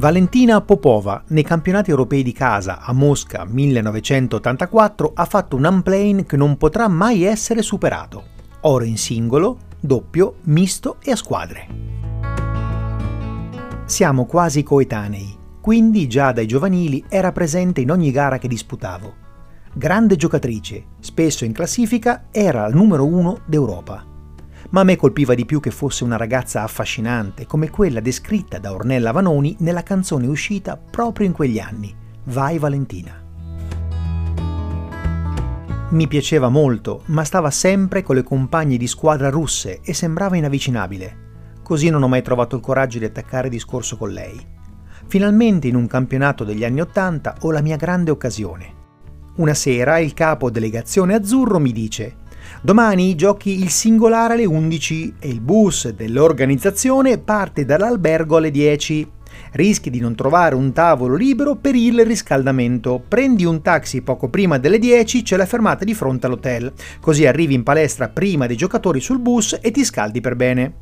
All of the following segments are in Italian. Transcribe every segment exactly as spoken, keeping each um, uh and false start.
Valentina Popova, nei campionati europei di casa a Mosca millenovecentottantaquattro, ha fatto un unplane che non potrà mai essere superato. Oro in singolo, doppio, misto e a squadre. Siamo quasi coetanei, quindi già dai giovanili era presente in ogni gara che disputavo. Grande giocatrice, spesso in classifica era al numero uno d'Europa. Ma a me colpiva di più che fosse una ragazza affascinante come quella descritta da Ornella Vanoni nella canzone uscita proprio in quegli anni, Vai Valentina. Mi piaceva molto, ma stava sempre con le compagne di squadra russe e sembrava inavvicinabile. Così non ho mai trovato il coraggio di attaccare discorso con lei. Finalmente in un campionato degli anni Ottanta ho la mia grande occasione. Una sera il capo delegazione azzurro mi dice: domani giochi il singolare alle undici e il bus dell'organizzazione parte dall'albergo alle dieci. Rischi di non trovare un tavolo libero per il riscaldamento. Prendi un taxi poco prima delle dieci, c'è la fermata di fronte all'hotel. Così arrivi in palestra prima dei giocatori sul bus e ti scaldi per bene.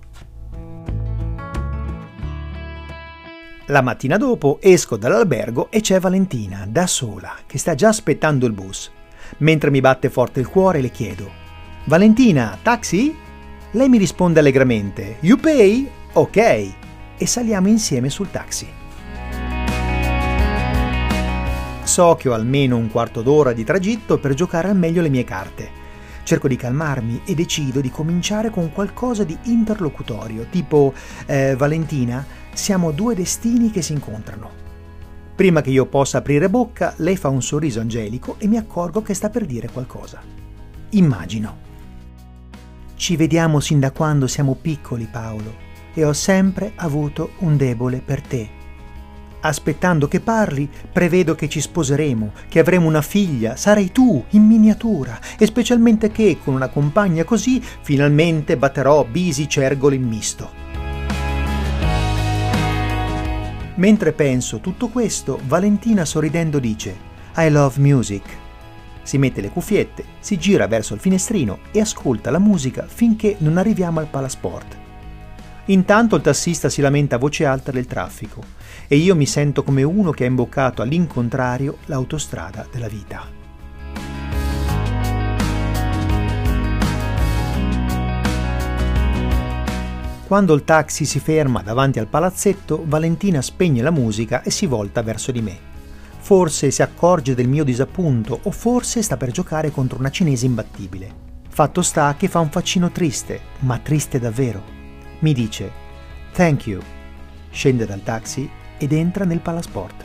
La mattina dopo esco dall'albergo e c'è Valentina, da sola, che sta già aspettando il bus. Mentre mi batte forte il cuore le chiedo: Valentina, taxi? Lei mi risponde allegramente: You pay? Ok. E saliamo insieme sul taxi. So che ho almeno un quarto d'ora di tragitto per giocare al meglio le mie carte. Cerco di calmarmi e decido di cominciare con qualcosa di interlocutorio, tipo eh, Valentina, siamo due destini che si incontrano. Prima che io possa aprire bocca, lei fa un sorriso angelico e mi accorgo che sta per dire qualcosa. Immagino: ci vediamo sin da quando siamo piccoli, Paolo, e ho sempre avuto un debole per te. Aspettando che parli, prevedo che ci sposeremo, che avremo una figlia, sarai tu, in miniatura, e specialmente che, con una compagna così, finalmente batterò bisi cergolo in misto. Mentre penso tutto questo, Valentina sorridendo dice: I love music. Si mette le cuffiette, si gira verso il finestrino e ascolta la musica finché non arriviamo al palasport. Intanto il tassista si lamenta a voce alta del traffico e io mi sento come uno che ha imboccato all'incontrario l'autostrada della vita. Quando il taxi si ferma davanti al palazzetto, Valentina spegne la musica e si volta verso di me. Forse si accorge del mio disappunto o forse sta per giocare contro una cinese imbattibile. Fatto sta che fa un faccino triste, ma triste davvero. Mi dice "Thank you", scende dal taxi ed entra nel palasport.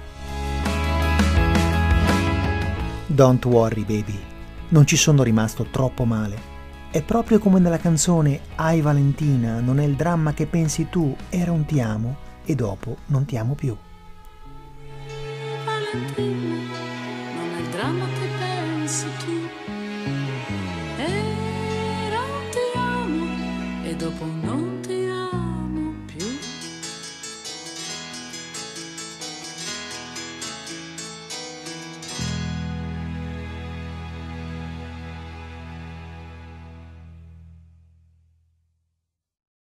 Don't worry baby, non ci sono rimasto troppo male. È proprio come nella canzone Ai Valentina, non è il dramma che pensi tu, era un ti amo e dopo non ti amo più. Valentina.